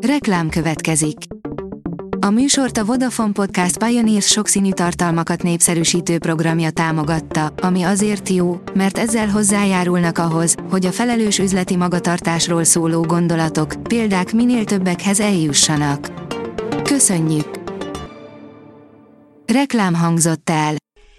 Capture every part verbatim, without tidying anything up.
Reklám következik. A műsort a Vodafone Podcast Pioneers sokszínű tartalmakat népszerűsítő programja támogatta, ami azért jó, mert ezzel hozzájárulnak ahhoz, hogy a felelős üzleti magatartásról szóló gondolatok, példák minél többekhez eljussanak. Köszönjük! Reklám hangzott el.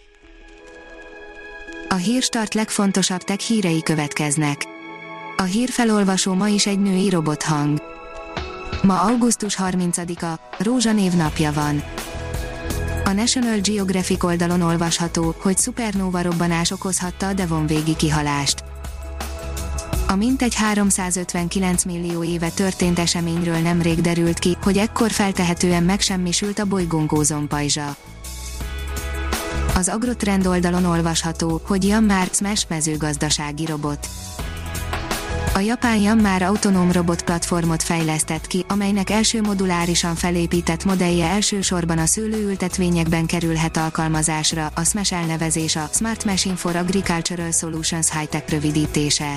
A Hírstart legfontosabb tech hírei következnek. A hírfelolvasó ma is egy női robothang. Ma augusztus harmincadika, Rózsa névnapja van. A National Geographic oldalon olvasható, hogy szupernóva robbanás okozhatta a Devon-végi kihalást. A mintegy háromszázötvenkilenc millió éve történt eseményről nemrég derült ki, hogy ekkor feltehetően megsemmisült a bolygónk ózonpajzsa. Az Agrotrend oldalon olvasható, hogy Yanmar Smash mezőgazdasági robot. A japán Yanmar autonóm robot platformot fejlesztett ki, amelynek első modulárisan felépített modellje elsősorban a szőlőültetvényekben kerülhet alkalmazásra, a Smash elnevezés a Smart Machine for Agricultural Solutions High-Tech rövidítése.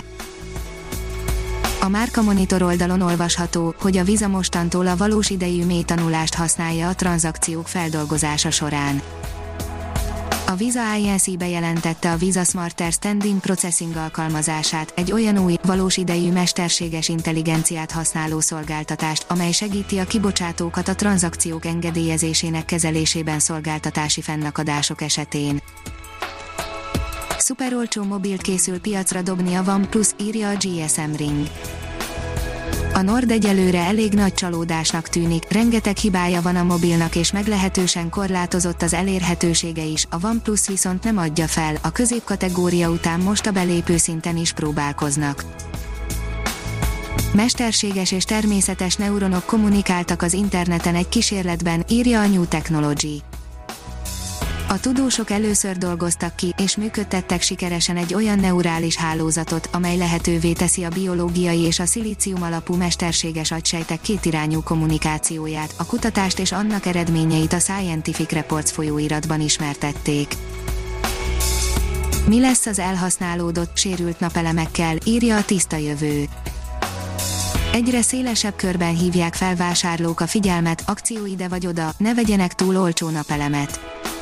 A Márka Monitor oldalon olvasható, hogy a Visa mostantól a valós idejű mélytanulást használja a tranzakciók feldolgozása során. A Visa I N C bejelentette a Visa Smarter Standing Processing alkalmazását, egy olyan új, valós idejű mesterséges intelligenciát használó szolgáltatást, amely segíti a kibocsátókat a tranzakciók engedélyezésének kezelésében szolgáltatási fennakadások esetén. Szuperolcsó mobilt készül piacra dobni a OnePlus, írja a G S M Ring. A Nord egyelőre elég nagy csalódásnak tűnik, rengeteg hibája van a mobilnak és meglehetősen korlátozott az elérhetősége is, a OnePlus viszont nem adja fel, a középkategória után most a belépő szinten is próbálkoznak. Mesterséges és természetes neuronok kommunikáltak az interneten egy kísérletben, írja a New Technology. A tudósok először dolgoztak ki, és működtettek sikeresen egy olyan neurális hálózatot, amely lehetővé teszi a biológiai és a szilícium alapú mesterséges agysejtek kétirányú kommunikációját, a kutatást és annak eredményeit a Scientific Reports folyóiratban ismertették. Mi lesz az elhasználódott, sérült napelemekkel, írja a Tiszta Jövő. Egyre szélesebb körben hívják fel vásárlók a figyelmet, akció ide vagy oda, ne vegyenek túl olcsó napelemet.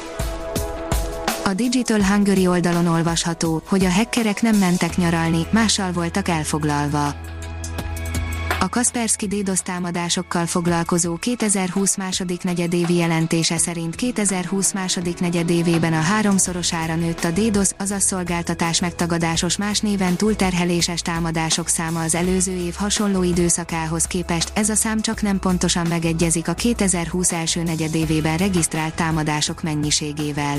A Digital Hungary oldalon olvasható, hogy a hackerek nem mentek nyaralni, mással voltak elfoglalva. A Kaspersky DDoS támadásokkal foglalkozó kétezer-húsz második negyedévi jelentése szerint kétezer-húsz második negyedévében a háromszorosára nőtt a DDoS, azaz szolgáltatás megtagadásos más néven túlterheléses támadások száma az előző év hasonló időszakához képest, ez a szám csak nem pontosan megegyezik a kétezer-húsz első negyedévében regisztrált támadások mennyiségével.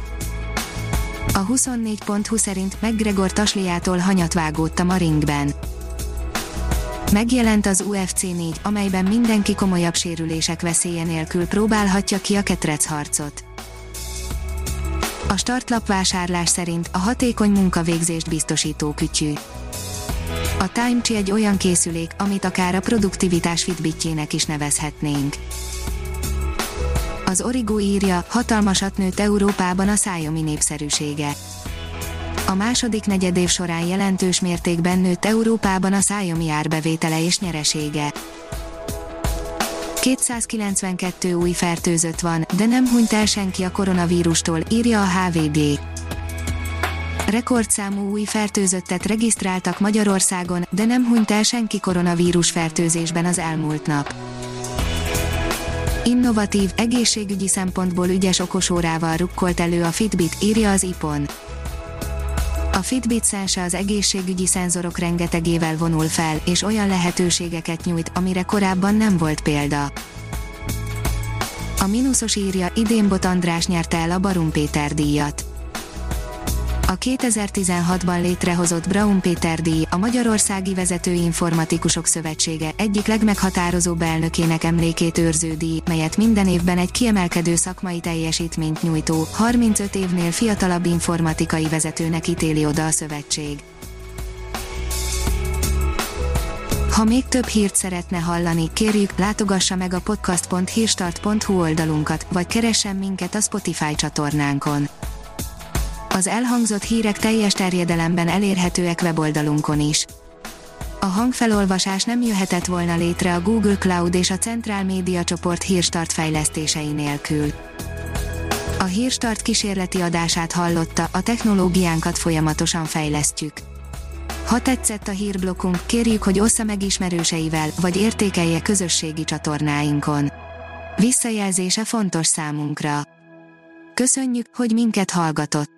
A huszonnégy pont hu szerint McGregor tasliától hanyat vágódtam a ringben. Megjelent az U F C négy, amelyben mindenki komolyabb sérülések veszélye nélkül próbálhatja ki a ketrecharcot. A startlap vásárlás szerint a hatékony munkavégzést biztosító kütyű. A Time Chi egy olyan készülék, amit akár a produktivitás fitbitjének is nevezhetnénk. Az Origo írja, hatalmasat nőtt Európában a Xiaomi népszerűsége. A második negyedév során jelentős mértékben nőtt Európában a Xiaomi árbevétele és nyeresége. kétszázkilencvenkettő új fertőzött van, de nem hunyt el senki a koronavírustól, írja a H V G. Rekordszámú új fertőzöttet regisztráltak Magyarországon, de nem hunyt el senki koronavírus fertőzésben az elmúlt nap. Innovatív, egészségügyi szempontból ügyes okosórával rukkolt elő a Fitbit, írja az I P O N. A Fitbit Sense az egészségügyi szenzorok rengetegével vonul fel, és olyan lehetőségeket nyújt, amire korábban nem volt példa. A Minusos írja, idén Bot András nyerte el a Barum Péter díjat. A kétezer-tizenhatban létrehozott Braun Péter díj, a Magyarországi Vezető Informatikusok Szövetsége egyik legmeghatározóbb elnökének emlékét őrző díj, melyet minden évben egy kiemelkedő szakmai teljesítményt nyújtó, harmincöt évnél fiatalabb informatikai vezetőnek ítéli oda a szövetség. Ha még több hírt szeretne hallani, kérjük, látogassa meg a podcast pont hírstart pont hu oldalunkat, vagy keressen minket a Spotify csatornánkon. Az elhangzott hírek teljes terjedelemben elérhetőek weboldalunkon is. A A hangfelolvasás nem jöhetett volna létre a Google Cloud és a Central Média csoport Hírstart fejlesztései nélkül. A Hírstart kísérleti adását hallotta, a technológiánkat folyamatosan fejlesztjük. Ha tetszett a hírblokkunk, kérjük, hogy ossza meg ismerőseivel, vagy értékelje közösségi csatornáinkon. Visszajelzése fontos számunkra. Köszönjük, hogy minket hallgatott!